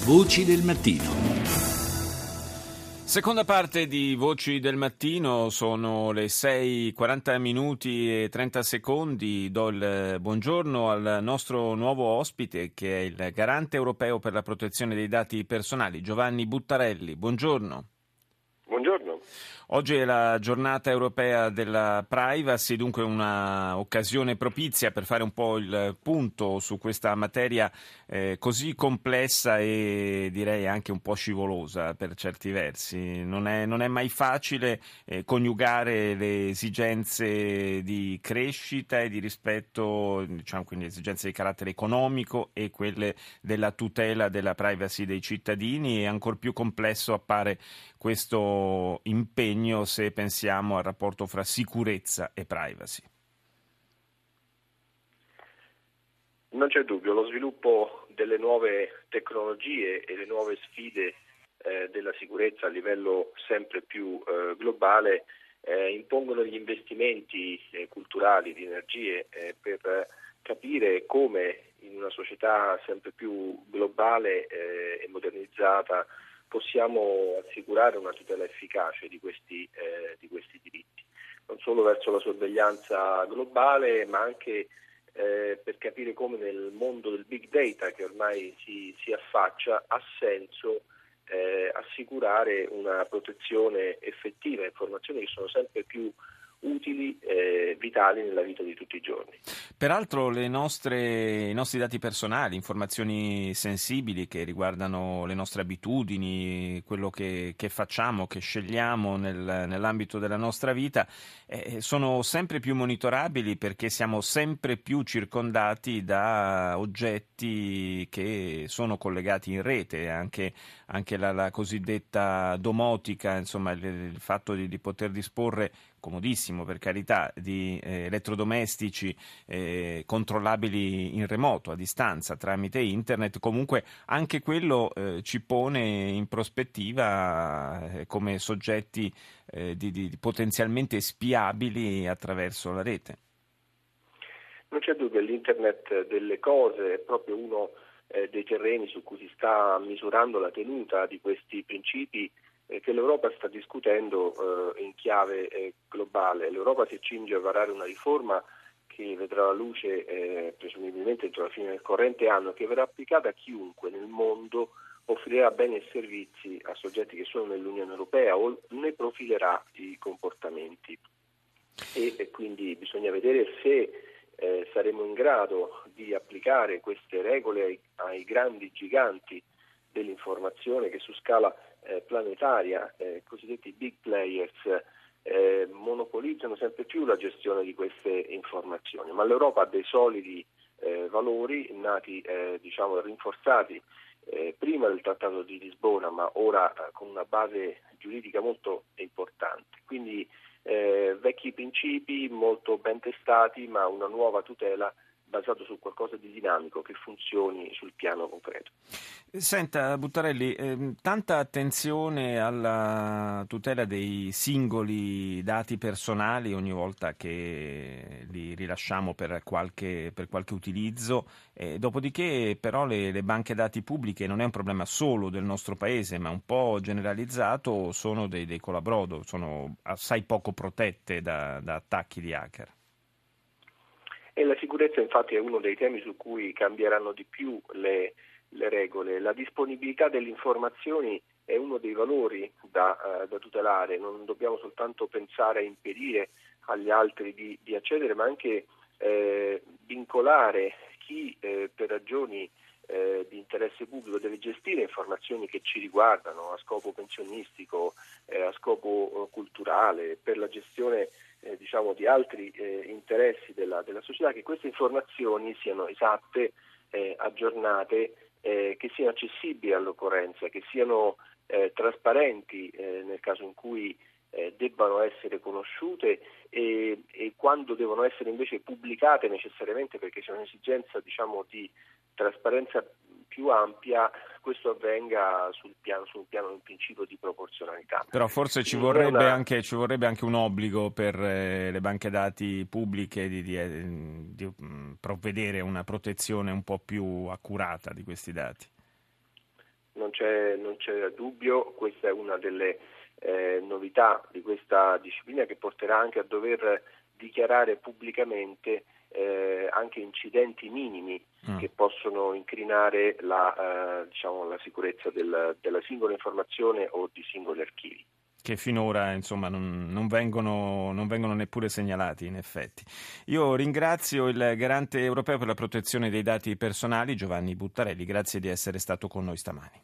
Voci del mattino. Seconda parte di Voci del Mattino, sono le 6:40 minuti e 30 secondi. Do il buongiorno al nostro nuovo ospite, che è il Garante europeo per la protezione dei dati personali, Giovanni Buttarelli. Buongiorno. Buongiorno. Oggi è la giornata europea della privacy, dunque una occasione propizia per fare un po' il punto su questa materia così complessa e direi anche un po' scivolosa per certi versi. Non è mai facile coniugare le esigenze di crescita e di rispetto, diciamo, quindi esigenze di carattere economico e quelle della tutela della privacy dei cittadini, e ancor più complesso appare questo impegno se pensiamo al rapporto fra sicurezza e privacy. Non c'è dubbio, lo sviluppo delle nuove tecnologie e le nuove sfide della sicurezza a livello sempre più globale impongono gli investimenti culturali, di energie per capire come in una società sempre più globale e modernizzata possiamo assicurare una tutela efficace di questi diritti, non solo verso la sorveglianza globale, ma anche per capire come nel mondo del big data che ormai si affaccia ha senso assicurare una protezione effettiva, informazioni che sono sempre più utili e vitali nella vita di tutti i giorni. Peraltro i nostri dati personali, informazioni sensibili che riguardano le nostre abitudini, quello che facciamo, che scegliamo nell'ambito della nostra vita, sono sempre più monitorabili perché siamo sempre più circondati da oggetti che sono collegati in rete, anche la cosiddetta domotica, insomma il fatto di poter disporre, comodissimo per carità, di elettrodomestici controllabili in remoto, a distanza, tramite internet. Comunque anche quello ci pone in prospettiva come soggetti di potenzialmente spiabili attraverso la rete. Non c'è dubbio, l'Internet delle cose è proprio uno dei terreni su cui si sta misurando la tenuta di questi principi che l'Europa sta discutendo in chiave globale. L'Europa si accinge a varare una riforma che vedrà la luce presumibilmente entro la fine del corrente anno, che verrà applicata a chiunque nel mondo offrirà beni e servizi a soggetti che sono nell'Unione Europea o ne profilerà i comportamenti. E quindi bisogna vedere se saremo in grado di applicare queste regole ai grandi giganti dell'informazione che su scala planetaria, cosiddetti big players, monopolizzano sempre più la gestione di queste informazioni. Ma l'Europa ha dei solidi valori nati, rinforzati prima del Trattato di Lisbona, ma ora con una base giuridica molto importante. Quindi vecchi principi molto ben testati, ma una nuova tutela basato su qualcosa di dinamico che funzioni sul piano concreto. Senta Buttarelli, tanta attenzione alla tutela dei singoli dati personali ogni volta che li rilasciamo per qualche utilizzo, dopodiché però le banche dati pubbliche non è un problema solo del nostro paese, ma un po' generalizzato, sono dei colabrodo, sono assai poco protette da attacchi di hacker. E la sicurezza infatti è uno dei temi su cui cambieranno di più le regole. La disponibilità delle informazioni è uno dei valori da tutelare. Non dobbiamo soltanto pensare a impedire agli altri di accedere, ma anche vincolare chi per ragioni di interesse pubblico deve gestire informazioni che ci riguardano a scopo pensionistico, a scopo culturale, per la gestione di altri interessi della società, che queste informazioni siano esatte, aggiornate, che siano accessibili all'occorrenza, che siano trasparenti nel caso in cui debbano essere conosciute e quando devono essere invece pubblicate necessariamente perché c'è un'esigenza di trasparenza più ampia, questo avvenga sul piano del principio di proporzionalità. Però forse ci vorrebbe anche un obbligo per le banche dati pubbliche di provvedere a una protezione un po' più accurata di questi dati. non c'è dubbio, questa è una delle novità di questa disciplina, che porterà anche a dover dichiarare pubblicamente anche incidenti minimi che possono incrinare la sicurezza della singola informazione o di singoli archivi. Che finora insomma non vengono neppure segnalati, in effetti. Io ringrazio il Garante europeo per la protezione dei dati personali, Giovanni Buttarelli, grazie di essere stato con noi stamani.